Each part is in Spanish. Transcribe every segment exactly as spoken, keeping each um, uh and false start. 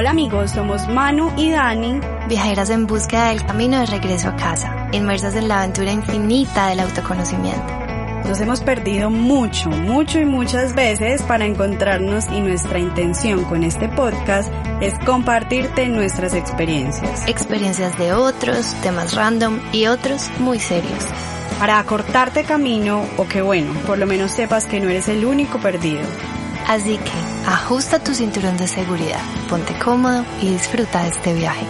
Hola amigos, somos Manu y Dani, viajeras en búsqueda del camino de regreso a casa, inmersas en la aventura infinita del autoconocimiento. Nos hemos perdido mucho, mucho y muchas veces para encontrarnos y nuestra intención con este podcast es compartirte nuestras experiencias. Experiencias de otros, temas random y otros muy serios. Para acortarte camino o que bueno, por lo menos sepas que no eres el único perdido. Así que ajusta tu cinturón de seguridad, ponte cómodo y disfruta de este viaje.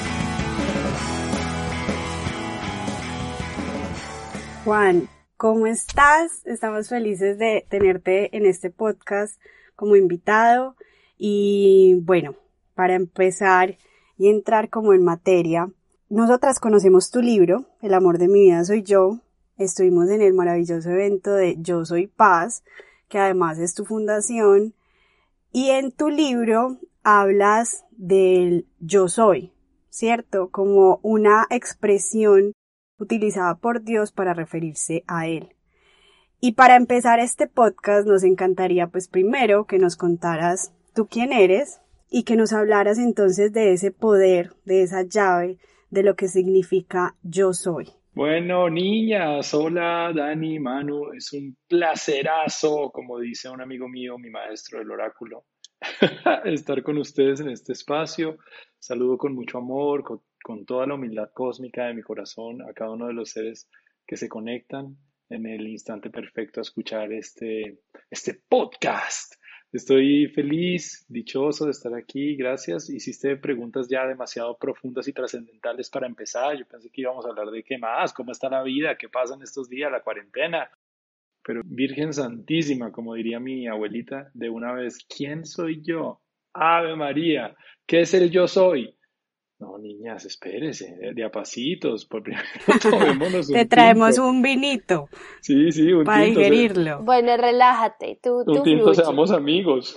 Juan, ¿cómo estás? Estamos felices de tenerte en este podcast como invitado y bueno, para empezar y entrar como en materia, nosotras conocemos tu libro, El amor de mi vida soy yo, estuvimos en el maravilloso evento de Yo Soy Paz, que además es tu fundación, y en tu libro hablas del yo soy, ¿cierto? Como una expresión utilizada por Dios para referirse a Él. Y para empezar este podcast nos encantaría pues primero que nos contaras tú quién eres y que nos hablaras entonces de ese poder, de esa llave, de lo que significa yo soy. Bueno, niñas, hola Dani, Manu, es un placerazo, como dice un amigo mío, mi maestro del oráculo, estar con ustedes en este espacio. Saludo con mucho amor, con, con toda la humildad cósmica de mi corazón a cada uno de los seres que se conectan en el instante perfecto a escuchar este, este podcast. Estoy feliz, dichoso de estar aquí, gracias. Hiciste preguntas ya demasiado profundas y trascendentales para empezar. Yo pensé que íbamos a hablar de qué más, cómo está la vida, qué pasa en estos días, la cuarentena. Pero Virgen Santísima, como diría mi abuelita, de una vez, ¿quién soy yo? Ave María, ¿qué es el yo soy? No, niñas, espérese, de a pasitos, por primero tomémonos un Te traemos tinto. un vinito. Sí, sí, un para tinto. digerirlo. Bueno, relájate, tú, tú Un tinto, fluye. seamos amigos.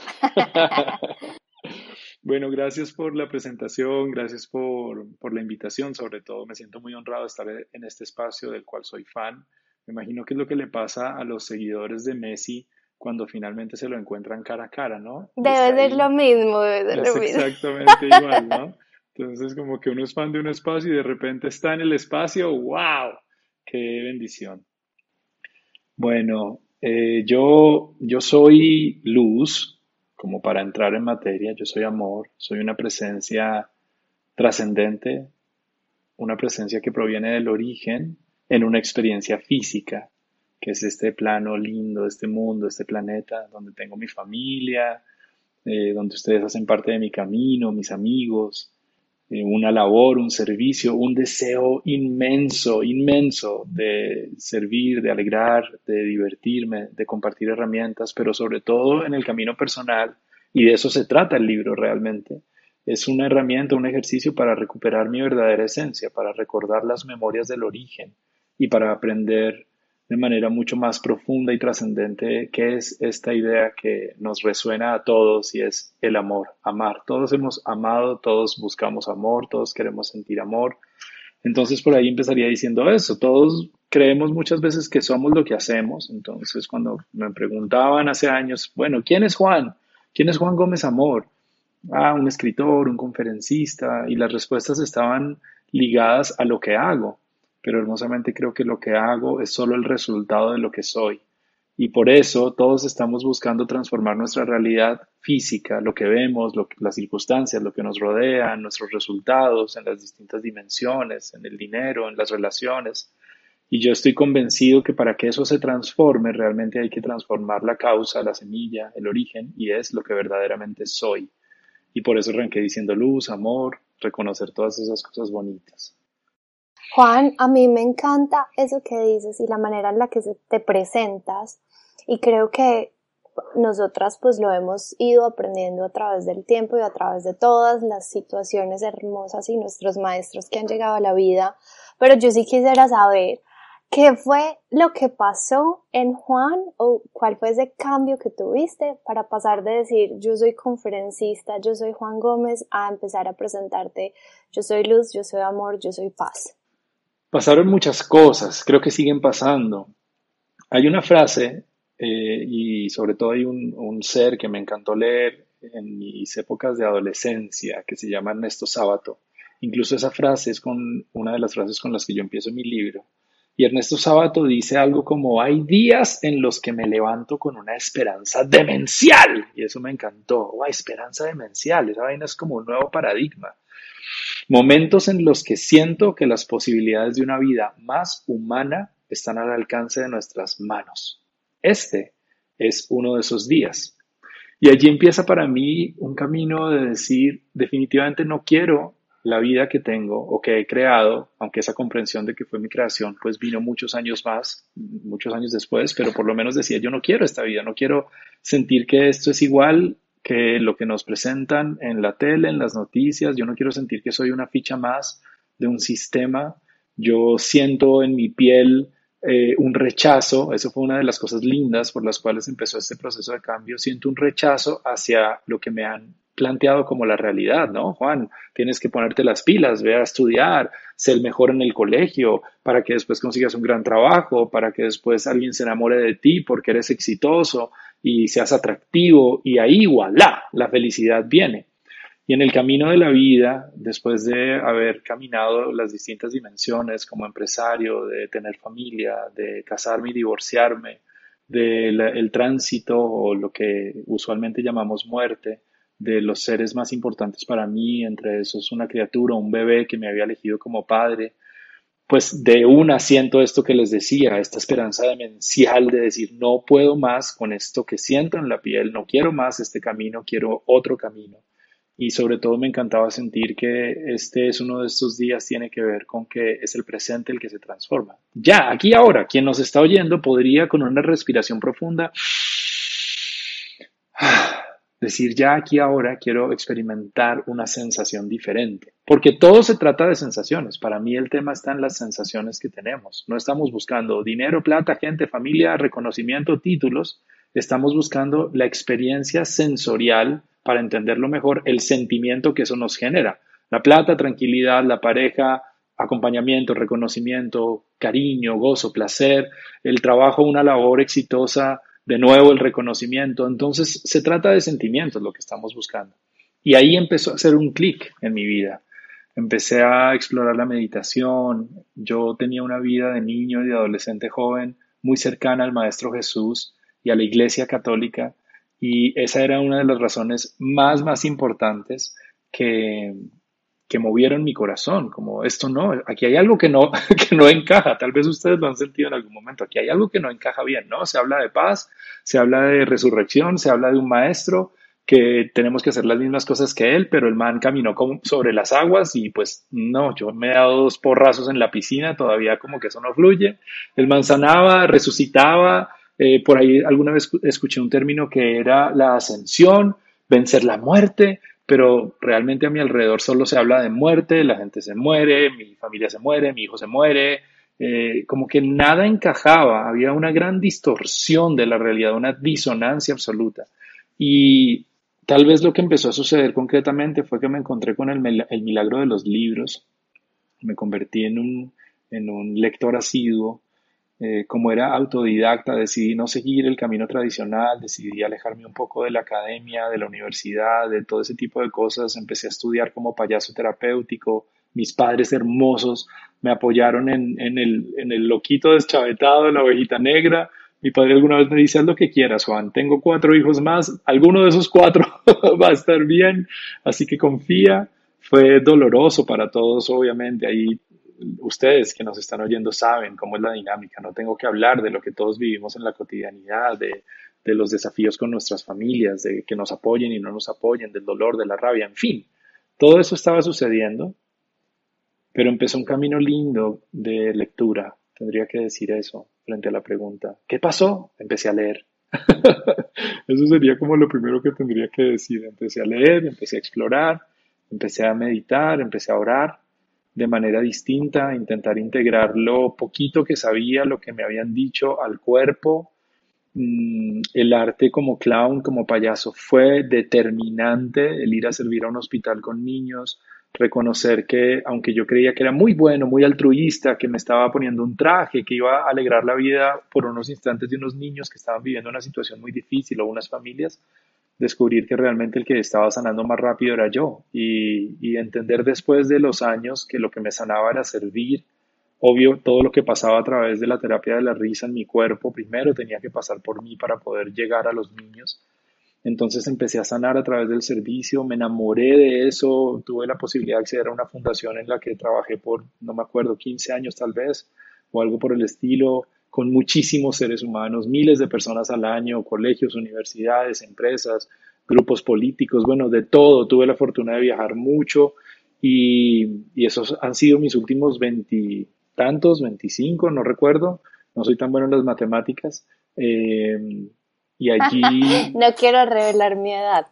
Bueno, gracias por la presentación, gracias por, por la invitación, sobre todo me siento muy honrado de estar en este espacio del cual soy fan. Me imagino que es lo que le pasa a los seguidores de Messi cuando finalmente se lo encuentran cara a cara, ¿no? Y Debe está ser ahí. lo mismo, debe ser Es lo mismo. exactamente igual, ¿no? Entonces, como que uno es fan de un espacio y de repente está en el espacio, ¡wow! ¡Qué bendición! Bueno, eh, yo, yo soy luz, como para entrar en materia, yo soy amor, soy una presencia trascendente, una presencia que proviene del origen en una experiencia física, que es este plano lindo, este mundo, este planeta, donde tengo mi familia, eh, donde ustedes hacen parte de mi camino, mis amigos, eh, una labor, un servicio, un deseo inmenso, inmenso de servir, de alegrar, de divertirme, de compartir herramientas, pero sobre todo en el camino personal, y de eso se trata el libro realmente. Es una herramienta, un ejercicio para recuperar mi verdadera esencia, para recordar las memorias del origen y para aprender de manera mucho más profunda y trascendente qué es esta idea que nos resuena a todos y es el amor, amar. Todos hemos amado, todos buscamos amor, todos queremos sentir amor. Entonces por ahí empezaría diciendo eso, todos creemos muchas veces que somos lo que hacemos. Entonces cuando me preguntaban hace años, bueno, ¿quién es Juan? ¿Quién es Juan Gómez Amor? Ah, un escritor, un conferencista, y las respuestas estaban ligadas a lo que hago. Pero hermosamente creo que lo que hago es solo el resultado de lo que soy. Y por eso todos estamos buscando transformar nuestra realidad física, lo que vemos, lo que, las circunstancias, lo que nos rodea, nuestros resultados en las distintas dimensiones, en el dinero, en las relaciones. Y yo estoy convencido que para que eso se transforme, realmente hay que transformar la causa, la semilla, el origen, y es lo que verdaderamente soy. Y por eso arranqué diciendo luz, amor, reconocer todas esas cosas bonitas. Juan, a mí me encanta eso que dices y la manera en la que te presentas, y creo que nosotras pues lo hemos ido aprendiendo a través del tiempo y a través de todas las situaciones hermosas y nuestros maestros que han llegado a la vida, pero yo sí quisiera saber qué fue lo que pasó en Juan o cuál fue ese cambio que tuviste para pasar de decir yo soy conferencista, yo soy Juan Gómez, a empezar a presentarte yo soy luz, yo soy amor, yo soy paz. Pasaron muchas cosas, creo que siguen pasando. Hay una frase, eh, y sobre todo hay un, un ser que me encantó leer, en mis épocas de adolescencia que se llama Ernesto Sábato. Incluso esa frase es con una de las frases con las que yo empiezo mi libro. Y Ernesto Sábato dice algo como: hay días en los que me levanto con una esperanza demencial. Y eso me encantó. ¡Wow! Esperanza demencial. Esa vaina es como un nuevo paradigma. Momentos en los que siento que las posibilidades de una vida más humana están al alcance de nuestras manos. Este es uno de esos días. Y allí empieza para mí un camino de decir, definitivamente no quiero la vida que tengo o que he creado, aunque esa comprensión de que fue mi creación, pues vino muchos años más, muchos años después, pero por lo menos decía, yo no quiero esta vida, no quiero sentir que esto es igual que lo que nos presentan en la tele, en las noticias. Yo no quiero sentir que soy una ficha más de un sistema. Yo siento en mi piel eh, un rechazo. Eso fue una de las cosas lindas por las cuales empezó este proceso de cambio. Siento un rechazo hacia lo que me han planteado como la realidad, ¿no? Juan, tienes que ponerte las pilas, ve a estudiar, sé el mejor en el colegio, para que después consigas un gran trabajo, para que después alguien se enamore de ti porque eres exitoso y seas atractivo, y ahí, voilà, la felicidad viene. Y en el camino de la vida, después de haber caminado las distintas dimensiones como empresario, de tener familia, de casarme y divorciarme, del tránsito o lo que usualmente llamamos muerte, de los seres más importantes para mí, entre esos una criatura, un bebé que me había elegido como padre, pues de una siento esto que les decía, esta esperanza demencial de decir, no puedo más con esto que siento en la piel, no quiero más este camino, quiero otro camino. Y sobre todo me encantaba sentir que este es uno de estos días, tiene que ver con que es el presente el que se transforma. Ya, aquí ahora, quien nos está oyendo podría con una respiración profunda decir, ya aquí ahora quiero experimentar una sensación diferente, porque todo se trata de sensaciones. Para mí el tema está en las sensaciones que tenemos. No estamos buscando dinero, plata, gente, familia, reconocimiento, títulos. Estamos buscando la experiencia sensorial para entenderlo mejor, el sentimiento que eso nos genera. La plata, tranquilidad, la pareja, acompañamiento, reconocimiento, cariño, gozo, placer, el trabajo, una labor exitosa, de nuevo el reconocimiento. Entonces se trata de sentimientos lo que estamos buscando. Y ahí empezó a hacer un clic en mi vida. Empecé a explorar la meditación. Yo tenía una vida de niño y de adolescente joven muy cercana al Maestro Jesús y a la Iglesia Católica. Y esa era una de las razones más, más importantes que, que movieron mi corazón. Como esto no, aquí hay algo que no, que no encaja. Tal vez ustedes lo han sentido en algún momento. Aquí hay algo que no encaja bien, ¿no? Se habla de paz, se habla de resurrección, se habla de un maestro que tenemos que hacer las mismas cosas que él, pero el man caminó como sobre las aguas y pues no, yo me he dado dos porrazos en la piscina, todavía como que eso no fluye. El man sanaba, resucitaba, eh, por ahí alguna vez escuché un término que era la ascensión, vencer la muerte, pero realmente a mi alrededor solo se habla de muerte, la gente se muere, mi familia se muere, mi hijo se muere, eh, como que nada encajaba, había una gran distorsión de la realidad, una disonancia absoluta. Y tal vez lo que empezó a suceder concretamente fue que me encontré con el, el milagro de los libros. Me convertí en un, en un lector asiduo. Eh, como era autodidacta, decidí no seguir el camino tradicional, decidí alejarme un poco de la academia, de la universidad, de todo ese tipo de cosas. Empecé a estudiar como payaso terapéutico. Mis padres hermosos me apoyaron en, en, el, en el loquito deschavetado de la ovejita negra. Mi padre alguna vez me dice, haz lo que quieras, Juan, tengo cuatro hijos más, alguno de esos cuatro va a estar bien, así que confía. Fue doloroso para todos, obviamente, ahí ustedes que nos están oyendo saben cómo es la dinámica, no tengo que hablar de lo que todos vivimos en la cotidianidad, de, de los desafíos con nuestras familias, de que nos apoyen y no nos apoyen, del dolor, de la rabia, en fin, todo eso estaba sucediendo, pero empezó un camino lindo de lectura. Tendría que decir eso frente a la pregunta, ¿qué pasó? Empecé a leer. Eso sería como lo primero que tendría que decir. Empecé a leer, empecé a explorar, empecé a meditar, empecé a orar de manera distinta, a intentar integrar lo poquito que sabía, lo que me habían dicho al cuerpo. El arte como clown, como payaso, fue determinante. El ir a servir a un hospital con niños, reconocer que, aunque yo creía que era muy bueno, muy altruista, que me estaba poniendo un traje, que iba a alegrar la vida por unos instantes de unos niños que estaban viviendo una situación muy difícil o unas familias, descubrir que realmente el que estaba sanando más rápido era yo y, y entender después de los años que lo que me sanaba era servir. Obvio, todo lo que pasaba a través de la terapia de la risa en mi cuerpo, primero tenía que pasar por mí para poder llegar a los niños. Entonces empecé a sanar a través del servicio, me enamoré de eso, tuve la posibilidad de acceder a una fundación en la que trabajé por, no me acuerdo, quince años tal vez, o algo por el estilo, con muchísimos seres humanos, miles de personas al año, colegios, universidades, empresas, grupos políticos, bueno, de todo. Tuve la fortuna de viajar mucho y, y esos han sido mis últimos veintitantos, veinticinco, no recuerdo, no soy tan bueno en las matemáticas. Eh, y allí... No quiero revelar mi edad.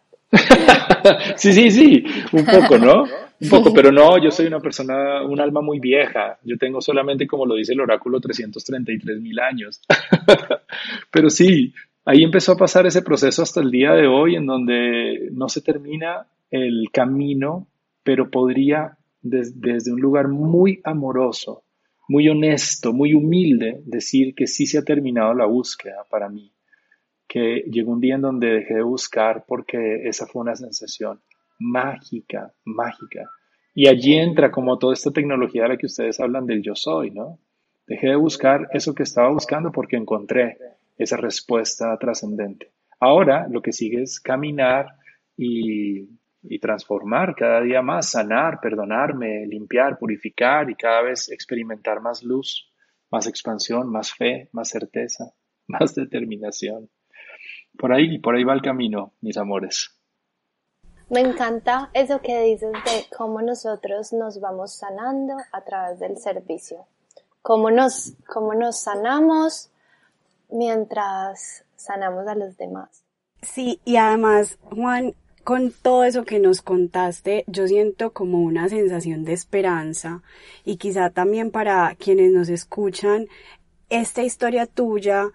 Sí, sí, sí, un poco, ¿no? Un poco, pero no, yo soy una persona, un alma muy vieja. Yo tengo solamente, como lo dice el oráculo, trescientos treinta y tres mil años. Pero sí, ahí empezó a pasar ese proceso hasta el día de hoy, en donde no se termina el camino, pero podría, des- desde un lugar muy amoroso, muy honesto, muy humilde, decir que sí se ha terminado la búsqueda para mí, que llegó un día en donde dejé de buscar porque esa fue una sensación mágica, mágica. Y allí entra como toda esta tecnología de la que ustedes hablan del yo soy, ¿no? Dejé de buscar eso que estaba buscando porque encontré esa respuesta trascendente. Ahora lo que sigue es caminar y, y transformar cada día más, sanar, perdonarme, limpiar, purificar y cada vez experimentar más luz, más expansión, más fe, más certeza, más determinación. Por ahí, por ahí va el camino, mis amores. Me encanta eso que dices de cómo nosotros nos vamos sanando a través del servicio. Cómo nos, cómo nos sanamos mientras sanamos a los demás. Sí, y además, Juan, con todo eso que nos contaste, yo siento como una sensación de esperanza y quizá también para quienes nos escuchan, esta historia tuya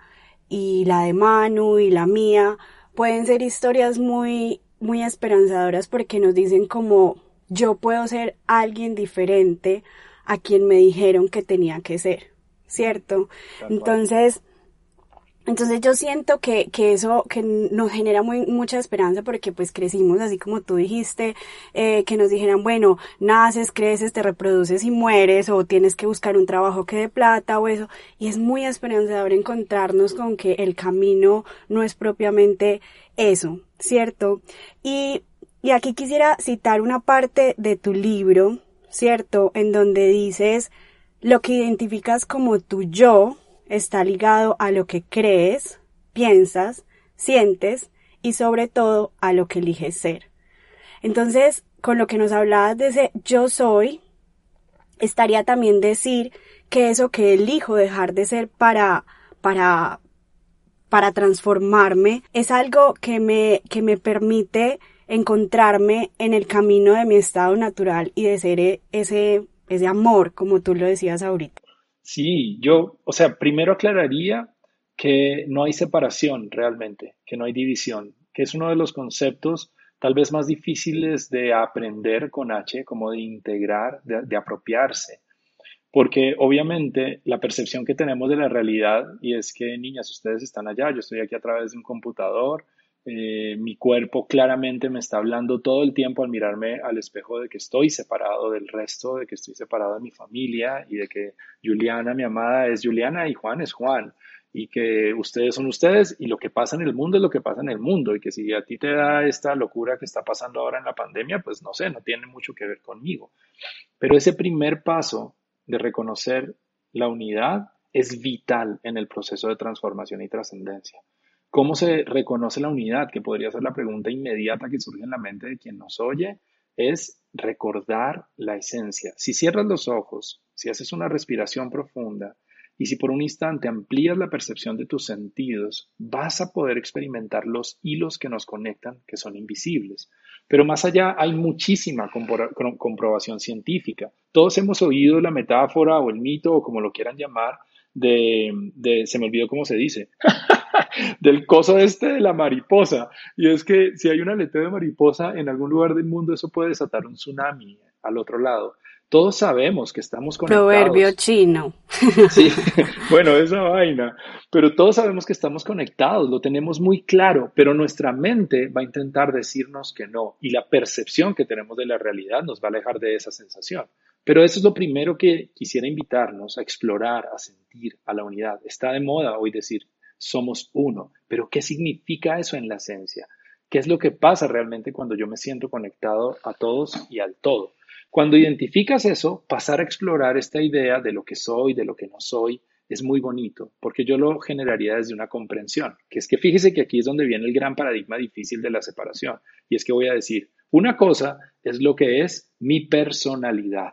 y la de Manu y la mía pueden ser historias muy, muy esperanzadoras porque nos dicen como yo puedo ser alguien diferente a quien me dijeron que tenía que ser, ¿cierto? Tal cual. Entonces, entonces yo siento que, que eso que nos genera muy, mucha esperanza porque pues crecimos así como tú dijiste, eh, que nos dijeran, bueno, naces, creces, te reproduces y mueres o tienes que buscar un trabajo que dé plata o eso. Y es muy esperanzador encontrarnos con que el camino no es propiamente eso, ¿cierto? Y, y aquí quisiera citar una parte de tu libro, ¿cierto? En donde dices, lo que identificas como tu yo está ligado a lo que crees, piensas, sientes y sobre todo a lo que eliges ser. Entonces, con lo que nos hablabas de ese yo soy, estaría también decir que eso que elijo dejar de ser para, para, para transformarme es algo que me, que me permite encontrarme en el camino de mi estado natural y de ser ese, ese amor, como tú lo decías ahorita. Sí, yo, o sea, primero aclararía que no hay separación realmente, que no hay división, que es uno de los conceptos tal vez más difíciles de aprender con H, como de integrar, de, de apropiarse. Porque obviamente la percepción que tenemos de la realidad, y es que niñas, ustedes están allá, yo estoy aquí a través de un computador, eh, mi cuerpo claramente me está hablando todo el tiempo al mirarme al espejo de que estoy separado del resto, de que estoy separado de mi familia y de que Juliana, mi amada, es Juliana y Juan es Juan. Y que ustedes son ustedes y lo que pasa en el mundo es lo que pasa en el mundo y que si a ti te da esta locura que está pasando ahora en la pandemia, pues no sé, no tiene mucho que ver conmigo. Pero ese primer paso de reconocer la unidad es vital en el proceso de transformación y trascendencia. ¿Cómo se reconoce la unidad? Que podría ser la pregunta inmediata que surge en la mente de quien nos oye, es recordar la esencia. Si cierras los ojos, si haces una respiración profunda y si por un instante amplías la percepción de tus sentidos, vas a poder experimentar los hilos que nos conectan, que son invisibles. Pero más allá hay muchísima compro- comprobación científica. Todos hemos oído la metáfora o el mito o como lo quieran llamar de, de se me olvidó cómo se dice, del coso este de la mariposa. Y es que si hay un aleteo de mariposa en algún lugar del mundo, eso puede desatar un tsunami al otro lado. Todos sabemos que estamos Proverbio conectados. chino. Sí, bueno, esa vaina, pero todos sabemos que estamos conectados, lo tenemos muy claro, pero nuestra mente va a intentar decirnos que no y la percepción que tenemos de la realidad nos va a alejar de esa sensación. Pero eso es lo primero que quisiera invitarnos a explorar, a sentir, a la unidad. Está de moda hoy decir somos uno, pero ¿qué significa eso en la esencia? ¿Qué es lo que pasa realmente cuando yo me siento conectado a todos y al todo? Cuando identificas eso, pasar a explorar esta idea de lo que soy, de lo que no soy, es muy bonito, porque yo lo generaría desde una comprensión, que es que fíjese que aquí es donde viene el gran paradigma difícil de la separación, y es que voy a decir, una cosa es lo que es mi personalidad,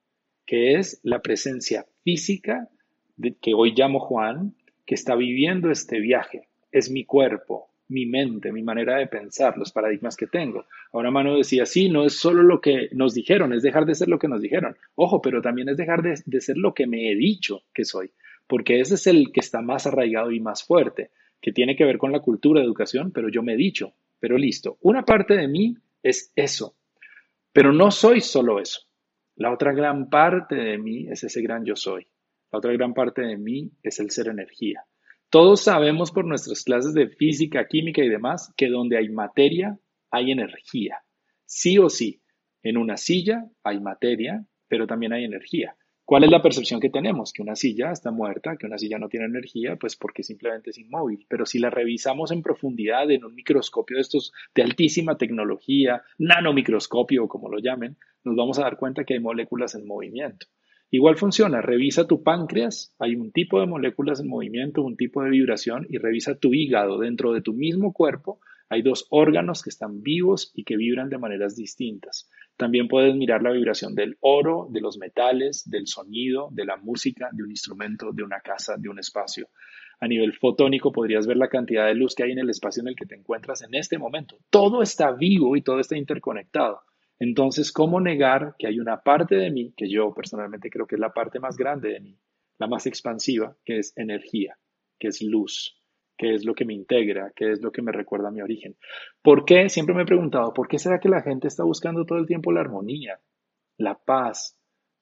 que es la presencia física de, que hoy llamo Juan, que está viviendo este viaje, es mi cuerpo, mi mente, mi manera de pensar, los paradigmas que tengo. Ahora Mano decía, sí, no es solo lo que nos dijeron, es dejar de ser lo que nos dijeron. Ojo, pero también es dejar de, de ser lo que me he dicho que soy, porque ese es el que está más arraigado y más fuerte, que tiene que ver con la cultura de educación, pero yo me he dicho, pero listo, una parte de mí es eso, pero no soy solo eso. La otra gran parte de mí es ese gran yo soy. La otra gran parte de mí es el ser energía. Todos sabemos por nuestras clases de física, química y demás que donde hay materia, hay energía. Sí o sí, en una silla hay materia, pero también hay energía. ¿Cuál es la percepción que tenemos? Que una silla está muerta, que una silla no tiene energía, pues porque simplemente es inmóvil. Pero si la revisamos en profundidad en un microscopio de estos de altísima tecnología, nanomicroscopio o como lo llamen, nos vamos a dar cuenta que hay moléculas en movimiento. Igual funciona, revisa tu páncreas, hay un tipo de moléculas en movimiento, un tipo de vibración, y revisa tu hígado. Dentro de tu mismo cuerpo hay dos órganos que están vivos y que vibran de maneras distintas. También puedes mirar la vibración del oro, de los metales, del sonido, de la música, de un instrumento, de una casa, de un espacio. A nivel fotónico podrías ver la cantidad de luz que hay en el espacio en el que te encuentras en este momento. Todo está vivo y todo está interconectado. Entonces, ¿cómo negar que hay una parte de mí, que yo personalmente creo que es la parte más grande de mí, la más expansiva, que es energía, que es luz, que es lo que me integra, que es lo que me recuerda a mi origen? ¿Por qué? Siempre me he preguntado, ¿por qué será que la gente está buscando todo el tiempo la armonía, la paz,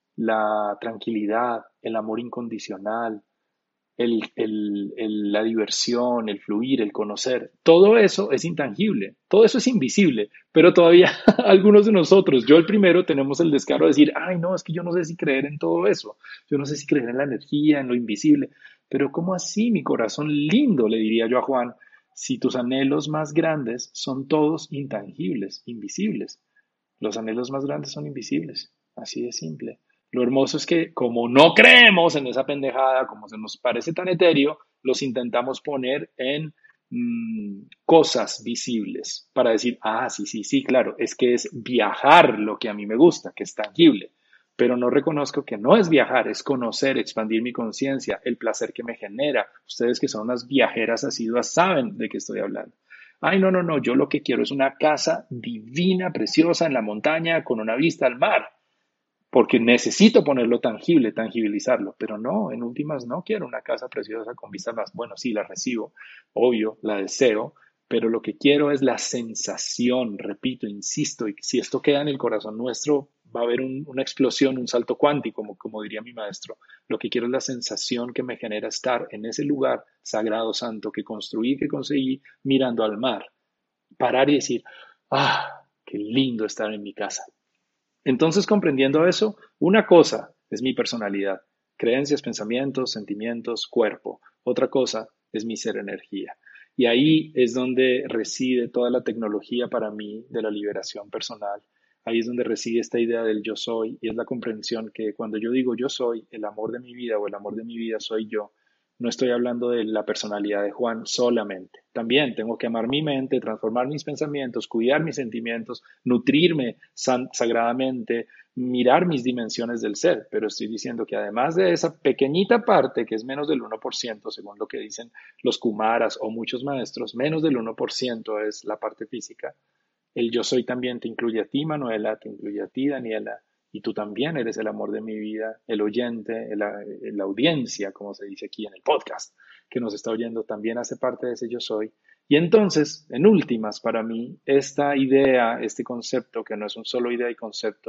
la tranquilidad, el amor incondicional? El, el, el, la diversión, el fluir, el conocer, todo eso es intangible, todo eso es invisible, pero todavía algunos de nosotros, yo el primero, tenemos el descaro de decir, ay no, es que yo no sé si creer en todo eso, yo no sé si creer en la energía, en lo invisible, pero ¿cómo así, mi corazón lindo? Le diría yo a Juan, si tus anhelos más grandes son todos intangibles, invisibles, los anhelos más grandes son invisibles, así de simple. Lo hermoso es que como no creemos en esa pendejada, como se nos parece tan etéreo, los intentamos poner en mmm, cosas visibles para decir, ah, sí, sí, sí, claro, es que es viajar lo que a mí me gusta, que es tangible, pero no reconozco que no es viajar, es conocer, expandir mi conciencia, el placer que me genera. Ustedes que son unas viajeras asiduas saben de qué estoy hablando. Ay, no, no, no, yo lo que quiero es una casa divina, preciosa en la montaña con una vista al mar, porque necesito ponerlo tangible, tangibilizarlo, pero no, en últimas no quiero una casa preciosa con vista al mar. Bueno, sí, la recibo, obvio, la deseo, pero lo que quiero es la sensación, repito, insisto, y si esto queda en el corazón nuestro, va a haber un, una explosión, un salto cuántico, como, como diría mi maestro. Lo que quiero es la sensación que me genera estar en ese lugar sagrado, santo, que construí, que conseguí, mirando al mar. Parar y decir, ah, qué lindo estar en mi casa. Entonces, comprendiendo eso, una cosa es mi personalidad, creencias, pensamientos, sentimientos, cuerpo. Otra cosa es mi ser energía. Y ahí es donde reside toda la tecnología para mí de la liberación personal. Ahí es donde reside esta idea del yo soy y es la comprensión que cuando yo digo yo soy el amor de mi vida o el amor de mi vida soy yo, no estoy hablando de la personalidad de Juan solamente. También tengo que amar mi mente, transformar mis pensamientos, cuidar mis sentimientos, nutrirme sagradamente, mirar mis dimensiones del ser. Pero estoy diciendo que además de esa pequeñita parte, que es menos del uno por ciento, según lo que dicen los kumaras o muchos maestros, menos del uno por ciento es la parte física. El yo soy también te incluye a ti, Manuela, te incluye a ti, Daniela, y tú también eres el amor de mi vida, el oyente, la, la audiencia, como se dice aquí en el podcast, que nos está oyendo, también hace parte de ese yo soy. Y entonces, en últimas, para mí, esta idea, este concepto, que no es un solo idea y concepto,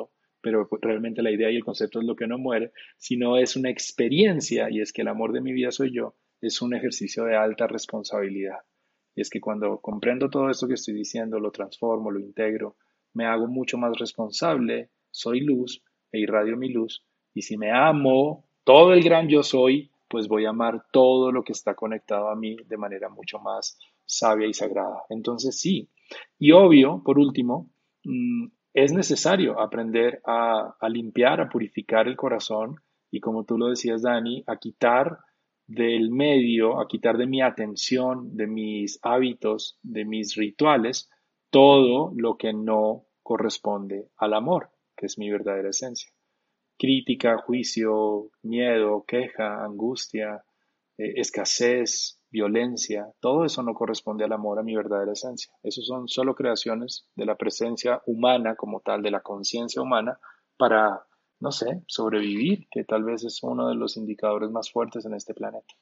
pero pues, realmente la idea y el concepto es lo que no muere, sino es una experiencia, y es que el amor de mi vida soy yo, es un ejercicio de alta responsabilidad. Y es que cuando comprendo todo esto que estoy diciendo, lo transformo, lo integro, me hago mucho más responsable, soy luz e irradio mi luz, y si me amo, todo el gran yo soy, pues voy a amar todo lo que está conectado a mí de manera mucho más sabia y sagrada. Entonces sí, y obvio, por último, mm, es necesario aprender a, a limpiar, a purificar el corazón y como tú lo decías, Dani, a quitar del medio, a quitar de mi atención, de mis hábitos, de mis rituales, todo lo que no corresponde al amor, que es mi verdadera esencia. Crítica, juicio, miedo, queja, angustia, eh, escasez, violencia, todo eso no corresponde al amor, a mi verdadera esencia. Esos son solo creaciones de la presencia humana como tal, de la conciencia humana, para, no sé, sobrevivir, que tal vez es uno de los indicadores más fuertes en este planeta.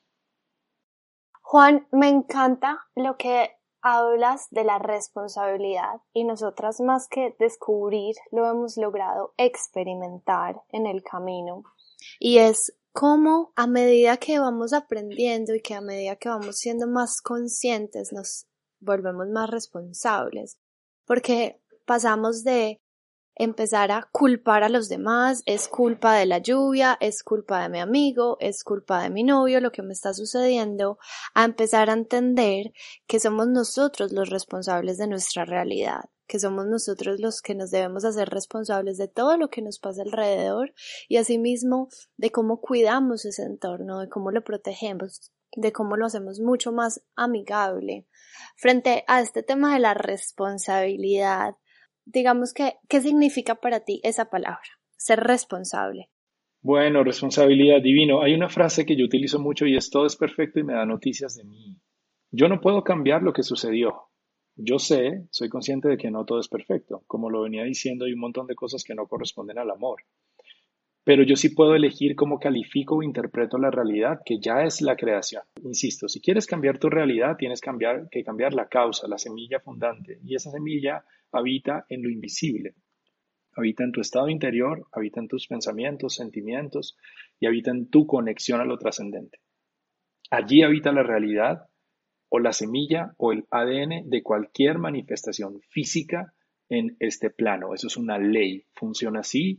Juan, me encanta lo que hablas de la responsabilidad y nosotras más que descubrir lo hemos logrado experimentar en el camino y es cómo a medida que vamos aprendiendo y que a medida que vamos siendo más conscientes nos volvemos más responsables porque pasamos de empezar a culpar a los demás, es culpa de la lluvia, es culpa de mi amigo, es culpa de mi novio, lo que me está sucediendo, a empezar a entender que somos nosotros los responsables de nuestra realidad, que somos nosotros los que nos debemos hacer responsables de todo lo que nos pasa alrededor y asimismo de cómo cuidamos ese entorno, de cómo lo protegemos, de cómo lo hacemos mucho más amigable. Frente a este tema de la responsabilidad, digamos que, ¿qué significa para ti esa palabra? Ser responsable. Bueno, responsabilidad divino. Hay una frase que yo utilizo mucho y es todo es perfecto y me da noticias de mí. Yo no puedo cambiar lo que sucedió. Yo sé, soy consciente de que no todo es perfecto. Como lo venía diciendo, hay un montón de cosas que no corresponden al amor. Pero yo sí puedo elegir cómo califico o interpreto la realidad, que ya es la creación. Insisto, si quieres cambiar tu realidad, tienes cambiar, que cambiar la causa, la semilla fundante. Y esa semilla habita en lo invisible. Habita en tu estado interior, habita en tus pensamientos, sentimientos y habita en tu conexión a lo trascendente. Allí habita la realidad o la semilla o el A D N de cualquier manifestación física en este plano. Eso es una ley, funciona así.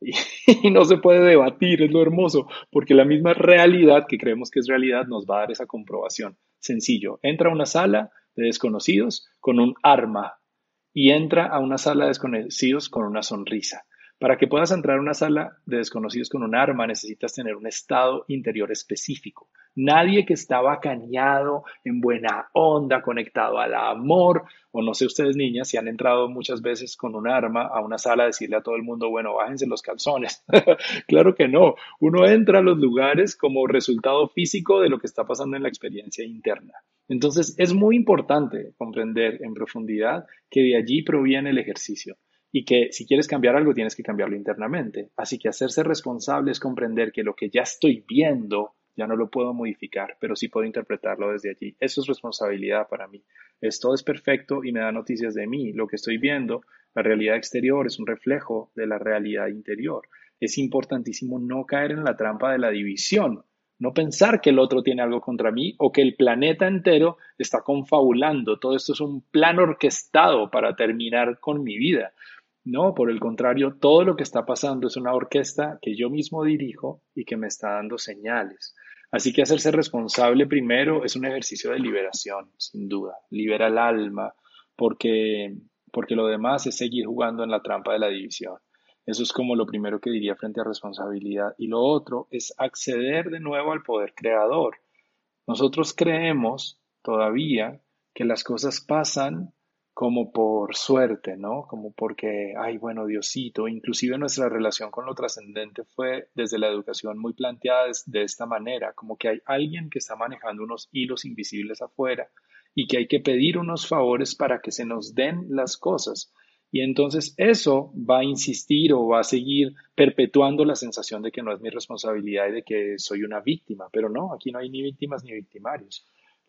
Y no se puede debatir, es lo hermoso, porque la misma realidad que creemos que es realidad nos va a dar esa comprobación. Sencillo, entra a una sala de desconocidos con un arma y entra a una sala de desconocidos con una sonrisa. Para que puedas entrar a una sala de desconocidos con un arma necesitas tener un estado interior específico. Nadie que está bacaneado, en buena onda, conectado al amor, o no sé ustedes niñas si han entrado muchas veces con un arma a una sala a decirle a todo el mundo, bueno, bájense los calzones. Claro que no. Uno entra a los lugares como resultado físico de lo que está pasando en la experiencia interna. Entonces es muy importante comprender en profundidad que de allí proviene el ejercicio. Y que si quieres cambiar algo, tienes que cambiarlo internamente. Así que hacerse responsable es comprender que lo que ya estoy viendo, ya no lo puedo modificar, pero sí puedo interpretarlo desde allí. Eso es responsabilidad para mí. Esto es perfecto y me da noticias de mí. Lo que estoy viendo, la realidad exterior, es un reflejo de la realidad interior. Es importantísimo no caer en la trampa de la división. No pensar que el otro tiene algo contra mí o que el planeta entero está confabulando. Todo esto es un plan orquestado para terminar con mi vida. No, por el contrario, todo lo que está pasando es una orquesta que yo mismo dirijo y que me está dando señales. Así que hacerse responsable primero es un ejercicio de liberación, sin duda. Libera el alma, porque, porque lo demás es seguir jugando en la trampa de la división. Eso es como lo primero que diría frente a responsabilidad. Y lo otro es acceder de nuevo al poder creador. Nosotros creemos todavía que las cosas pasan como por suerte, ¿no? Como porque, ay, bueno, Diosito, inclusive nuestra relación con lo trascendente fue desde la educación muy planteada de, de esta manera, como que hay alguien que está manejando unos hilos invisibles afuera y que hay que pedir unos favores para que se nos den las cosas. Y entonces eso va a insistir o va a seguir perpetuando la sensación de que no es mi responsabilidad y de que soy una víctima. Pero no, aquí no hay ni víctimas ni victimarios.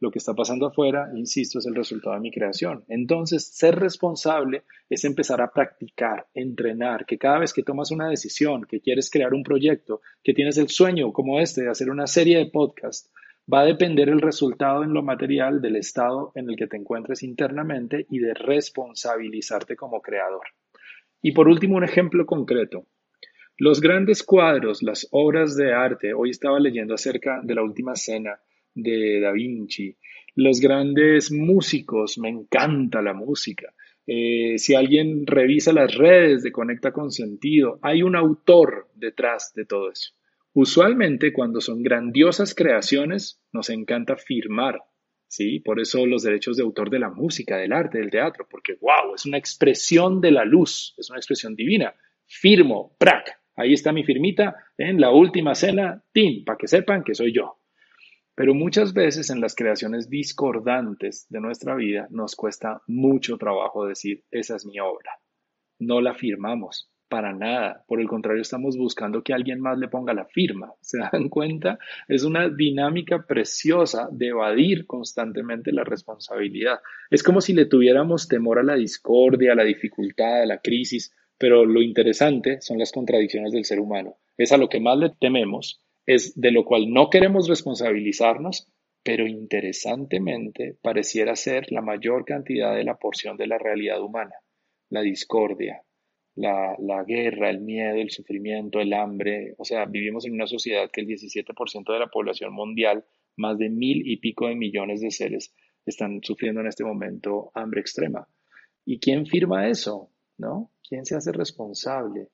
Lo que está pasando afuera, insisto, es el resultado de mi creación. Entonces, ser responsable es empezar a practicar, entrenar, que cada vez que tomas una decisión, que quieres crear un proyecto, que tienes el sueño como este de hacer una serie de podcasts, va a depender el resultado en lo material del estado en el que te encuentres internamente y de responsabilizarte como creador. Y por último, un ejemplo concreto. Los grandes cuadros, las obras de arte, hoy estaba leyendo acerca de la Última Cena de Da Vinci, los grandes músicos, me encanta la música. Eh, si alguien revisa las redes de Conecta con Sentido, hay un autor detrás de todo eso. Usualmente cuando son grandiosas creaciones, nos encanta firmar, ¿sí? Por eso los derechos de autor de la música, del arte, del teatro, porque wow, es una expresión de la luz, es una expresión divina. Firmo, ¡prac! Ahí está mi firmita en La Última Cena, ¡tin! Para que sepan que soy yo. Pero muchas veces en las creaciones discordantes de nuestra vida nos cuesta mucho trabajo decir, esa es mi obra. No la firmamos, para nada. Por el contrario, estamos buscando que alguien más le ponga la firma. ¿Se dan cuenta? Es una dinámica preciosa de evadir constantemente la responsabilidad. Es como si le tuviéramos temor a la discordia, a la dificultad, a la crisis. Pero lo interesante son las contradicciones del ser humano. Es a lo que más le tememos, es de lo cual no queremos responsabilizarnos, pero interesantemente pareciera ser la mayor cantidad de la porción de la realidad humana. La discordia, la, la guerra, el miedo, el sufrimiento, el hambre. O sea, vivimos en una sociedad que el diecisiete por ciento de la población mundial, más de mil y pico de millones de seres, están sufriendo en este momento hambre extrema. ¿Y quién firma eso? ¿No? ¿Quién se hace responsable?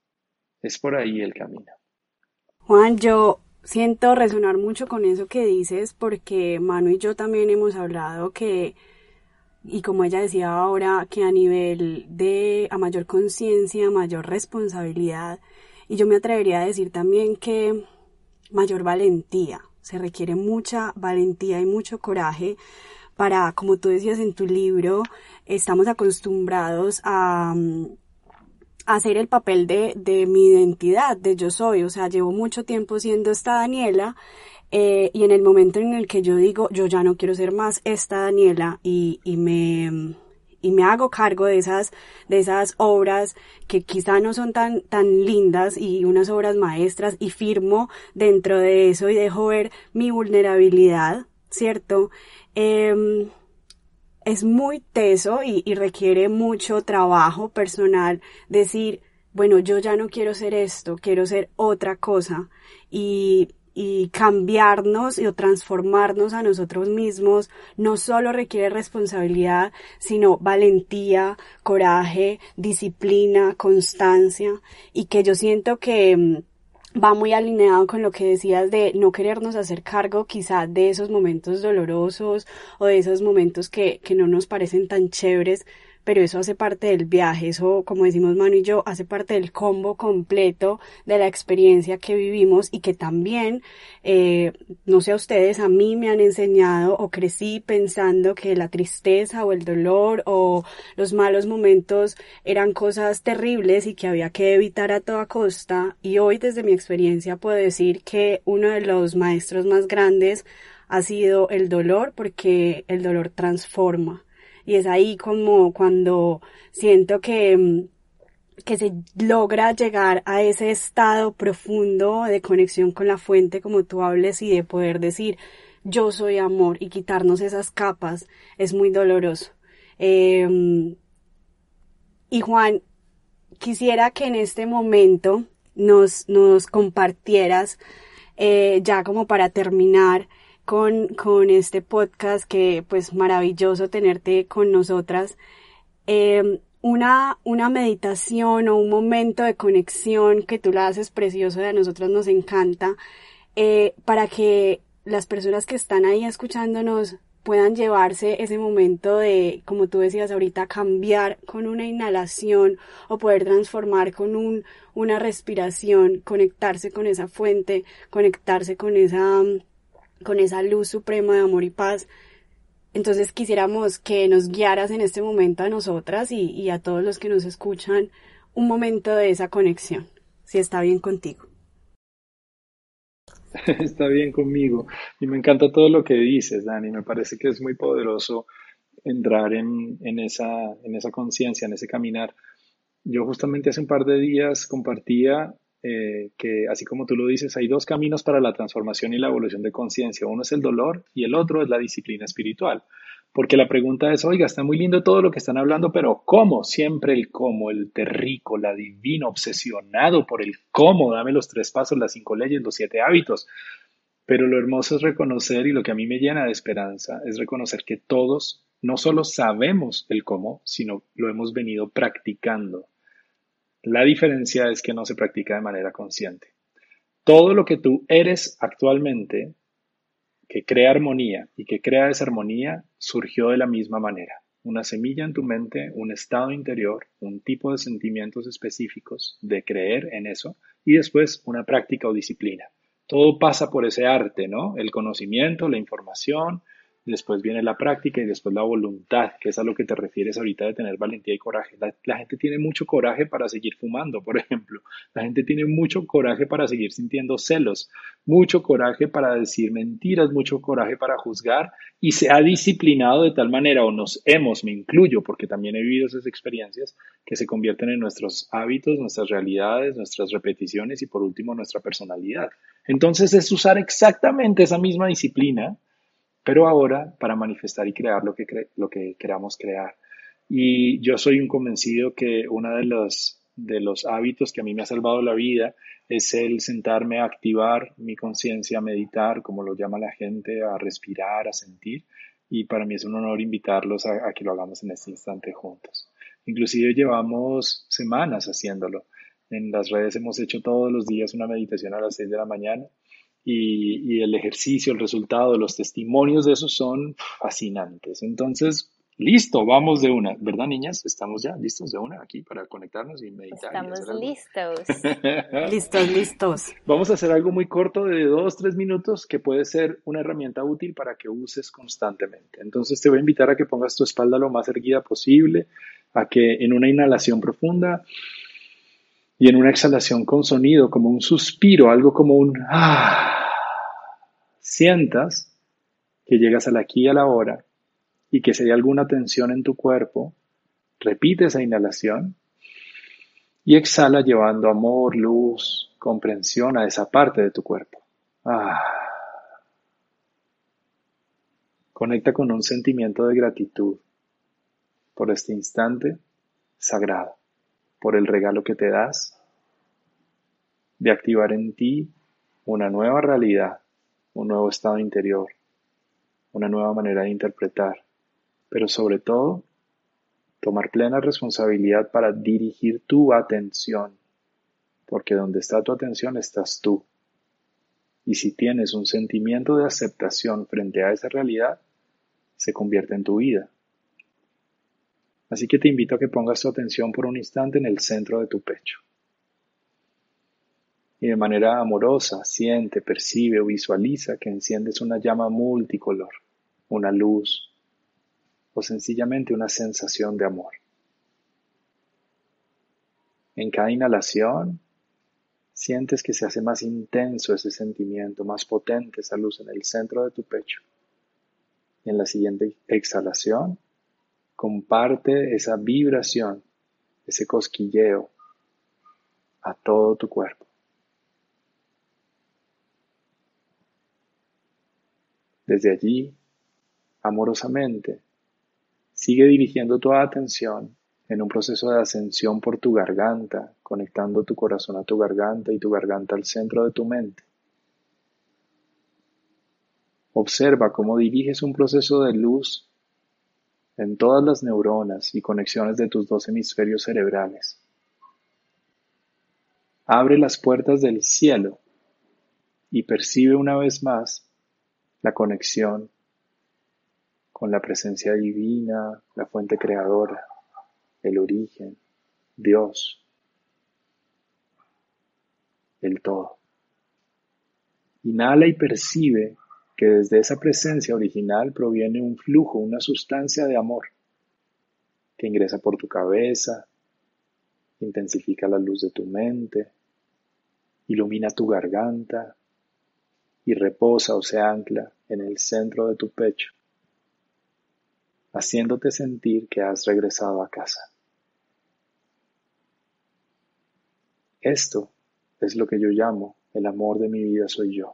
Es por ahí el camino. Juan, yo siento resonar mucho con eso que dices porque Manu y yo también hemos hablado que, y como ella decía ahora, que a nivel de a mayor conciencia, mayor responsabilidad, y yo me atrevería a decir también que mayor valentía. Se requiere mucha valentía y mucho coraje para, como tú decías en tu libro, estamos acostumbrados a, a hacer el papel de, de mi identidad, de yo soy, o sea, llevo mucho tiempo siendo esta Daniela, eh, y en el momento en el que yo digo, yo ya no quiero ser más esta Daniela, y, y me, y me hago cargo de esas, de esas obras que quizá no son tan, tan lindas y unas obras maestras, y firmo dentro de eso y dejo ver mi vulnerabilidad, ¿cierto? Eh, es muy teso y, y requiere mucho trabajo personal decir, bueno, yo ya no quiero ser esto, quiero ser otra cosa, y, y cambiarnos y o transformarnos a nosotros mismos no solo requiere responsabilidad, sino valentía, coraje, disciplina, constancia, y que yo siento que va muy alineado con lo que decías de no querernos hacer cargo quizá de esos momentos dolorosos o de esos momentos que, que no nos parecen tan chéveres, pero eso hace parte del viaje, eso, como decimos Manu y yo, hace parte del combo completo de la experiencia que vivimos y que también, eh, no sé a ustedes, a mí me han enseñado o crecí pensando que la tristeza o el dolor o los malos momentos eran cosas terribles y que había que evitar a toda costa, y hoy desde mi experiencia puedo decir que uno de los maestros más grandes ha sido el dolor, porque el dolor transforma. Y es ahí como cuando siento que, que se logra llegar a ese estado profundo de conexión con la fuente, como tú hables, y de poder decir, yo soy amor, y quitarnos esas capas es muy doloroso. Eh, y Juan, quisiera que en este momento nos, nos compartieras, eh, ya como para terminar, Con, con este podcast, que pues maravilloso tenerte con nosotras, eh, una, una meditación o un momento de conexión que tú la haces precioso y a nosotras nos encanta, eh, para que las personas que están ahí escuchándonos puedan llevarse ese momento de, como tú decías ahorita, cambiar con una inhalación o poder transformar con un, una respiración, conectarse con esa fuente, conectarse con esa con esa luz suprema de amor y paz. Entonces quisiéramos que nos guiaras en este momento a nosotras y, y a todos los que nos escuchan un momento de esa conexión, si está bien contigo. Está bien conmigo. Y me encanta todo lo que dices, Dani. Me parece que es muy poderoso entrar en, en esa, en esa conciencia, en ese caminar. Yo justamente hace un par de días compartía eh, que, así como tú lo dices, hay dos caminos para la transformación y la evolución de conciencia. Uno es el dolor y el otro es la disciplina espiritual. Porque la pregunta es, oiga, está muy lindo todo lo que están hablando, pero ¿cómo? Siempre el cómo, el terrícola, la divino, obsesionado por el cómo. Dame los tres pasos, las cinco leyes, los siete hábitos. Pero lo hermoso es reconocer, y lo que a mí me llena de esperanza, es reconocer que todos no solo sabemos el cómo, sino lo hemos venido practicando. La diferencia es que no se practica de manera consciente. Todo lo que tú eres actualmente, que crea armonía y que crea desarmonía, surgió de la misma manera. Una semilla en tu mente, un estado interior, un tipo de sentimientos específicos de creer en eso y después una práctica o disciplina. Todo pasa por ese arte, ¿no? El conocimiento, la información, después viene la práctica y después la voluntad, que es a lo que te refieres ahorita de tener valentía y coraje. La, la gente tiene mucho coraje para seguir fumando, por ejemplo. La gente tiene mucho coraje para seguir sintiendo celos, mucho coraje para decir mentiras, mucho coraje para juzgar y se ha disciplinado de tal manera, o nos hemos, me incluyo, porque también he vivido esas experiencias que se convierten en nuestros hábitos, nuestras realidades, nuestras repeticiones y por último nuestra personalidad. Entonces es usar exactamente esa misma disciplina pero ahora para manifestar y crear lo que, cre lo que queramos crear. Y yo soy un convencido que uno de los, de los hábitos que a mí me ha salvado la vida es el sentarme a activar mi conciencia, a meditar, como lo llama la gente, a respirar, a sentir. Y para mí es un honor invitarlos a, a que lo hagamos en este instante juntos. Inclusive llevamos semanas haciéndolo. En las redes hemos hecho todos los días una meditación a las seis de la mañana y, y el ejercicio, el resultado, los testimonios de eso son fascinantes. Entonces, listo, vamos de una, ¿verdad, niñas? Estamos ya listos de una aquí para conectarnos y meditar y Estamos hacer algo. listos. Listos, listos. Vamos a hacer algo muy corto de dos, tres minutos que puede ser una herramienta útil para que uses constantemente. Entonces te voy a invitar a que pongas tu espalda lo más erguida posible, a que en una inhalación profunda y en una exhalación con sonido, como un suspiro, algo como un ah, sientas que llegas al aquí y a la hora y que si hay alguna tensión en tu cuerpo, repite esa inhalación y exhala llevando amor, luz, comprensión a esa parte de tu cuerpo. Ah. Conecta con un sentimiento de gratitud por este instante sagrado, por el regalo que te das de activar en ti una nueva realidad, un nuevo estado interior, una nueva manera de interpretar, pero sobre todo, tomar plena responsabilidad para dirigir tu atención, porque donde está tu atención estás tú. Y si tienes un sentimiento de aceptación frente a esa realidad, se convierte en tu vida. Así que te invito a que pongas tu atención por un instante en el centro de tu pecho. Y de manera amorosa, siente, percibe o visualiza que enciendes una llama multicolor, una luz o sencillamente una sensación de amor. En cada inhalación, sientes que se hace más intenso ese sentimiento, más potente esa luz en el centro de tu pecho. Y en la siguiente exhalación, comparte esa vibración, ese cosquilleo a todo tu cuerpo. Desde allí, amorosamente, sigue dirigiendo tu atención en un proceso de ascensión por tu garganta, conectando tu corazón a tu garganta y tu garganta al centro de tu mente. Observa cómo diriges un proceso de luz en todas las neuronas y conexiones de tus dos hemisferios cerebrales. Abre las puertas del cielo y percibe una vez más la conexión con la presencia divina, la fuente creadora, el origen, Dios, el todo. Inhala y percibe que desde esa presencia original proviene un flujo, una sustancia de amor que ingresa por tu cabeza, intensifica la luz de tu mente, ilumina tu garganta, y reposa o se ancla en el centro de tu pecho, haciéndote sentir que has regresado a casa. Esto es lo que yo llamo el amor de mi vida soy yo.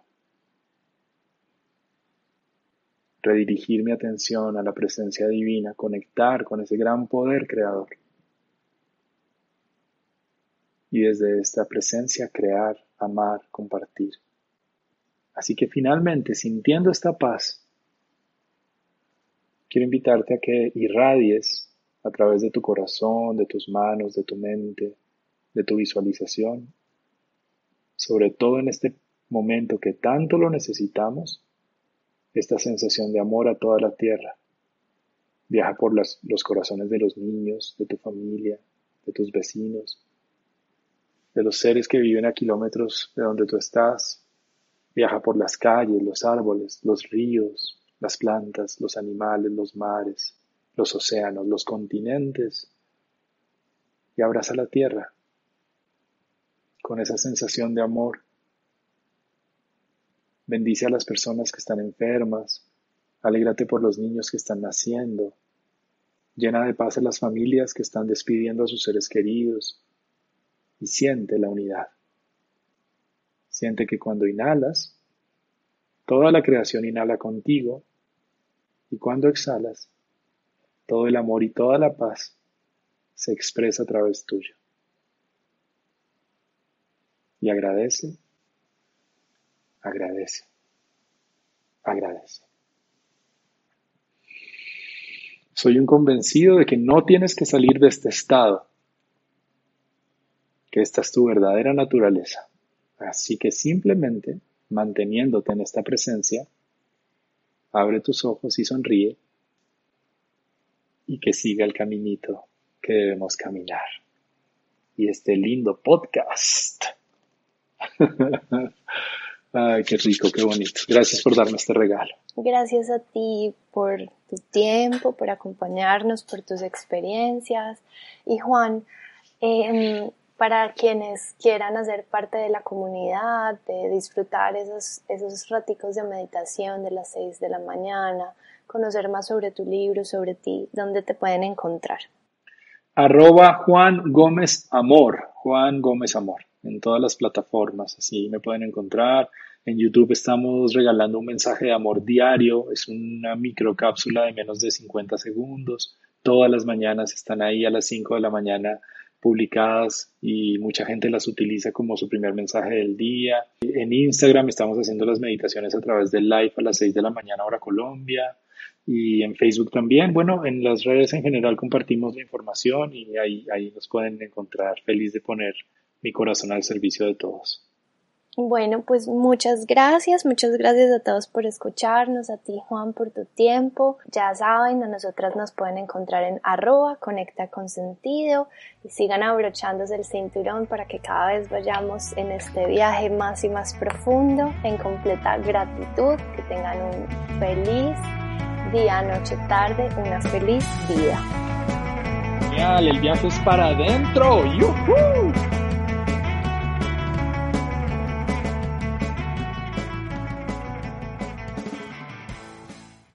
Redirigir mi atención a la presencia divina, conectar con ese gran poder creador. Y desde esta presencia crear, amar, compartir. Así que finalmente, sintiendo esta paz, quiero invitarte a que irradies a través de tu corazón, de tus manos, de tu mente, de tu visualización, sobre todo en este momento que tanto lo necesitamos, esta sensación de amor a toda la tierra. Viaja por los, los corazones de los niños, de tu familia, de tus vecinos, de los seres que viven a kilómetros de donde tú estás. Viaja por las calles, los árboles, los ríos, las plantas, los animales, los mares, los océanos, los continentes, y abraza la tierra con esa sensación de amor. Bendice a las personas que están enfermas, alégrate por los niños que están naciendo, llena de paz a las familias que están despidiendo a sus seres queridos, y siente la unidad. Siente que cuando inhalas, toda la creación inhala contigo, y cuando exhalas, todo el amor y toda la paz se expresa a través tuyo. Y agradece, agradece, agradece. Soy un convencido de que no tienes que salir de este estado, que esta es tu verdadera naturaleza. Así que simplemente, manteniéndote en esta presencia, abre tus ojos y sonríe, y que siga el caminito que debemos caminar. Y este lindo podcast. Ay, qué rico, qué bonito. Gracias por darme este regalo. Gracias a ti por tu tiempo, por acompañarnos, por tus experiencias. Y Juan, eh, para quienes quieran hacer parte de la comunidad, de disfrutar esos, esos raticos de meditación de las seis de la mañana, conocer más sobre tu libro, sobre ti, ¿dónde te pueden encontrar? Arroba Juan Gómez Amor, Juan Gómez Amor, en todas las plataformas, así me pueden encontrar. En YouTube estamos regalando un mensaje de amor diario, es una microcápsula de menos de cincuenta segundos. Todas las mañanas están ahí a las cinco de la mañana publicadas y mucha gente las utiliza como su primer mensaje del día. En Instagram estamos haciendo las meditaciones a través del live a las seis de la mañana hora Colombia, y en Facebook también. Bueno, en las redes en general compartimos la información y ahí, ahí nos pueden encontrar. Feliz de poner mi corazón al servicio de todos. Bueno, pues muchas gracias, muchas gracias a todos por escucharnos, a ti Juan por tu tiempo. Ya saben, a nosotras nos pueden encontrar en arroba conecta con sentido y sigan abrochándose el cinturón para que cada vez vayamos en este viaje más y más profundo, en completa gratitud. Que tengan un feliz día, noche, tarde, una feliz vida. Genial, el viaje es para adentro. ¡Yujú!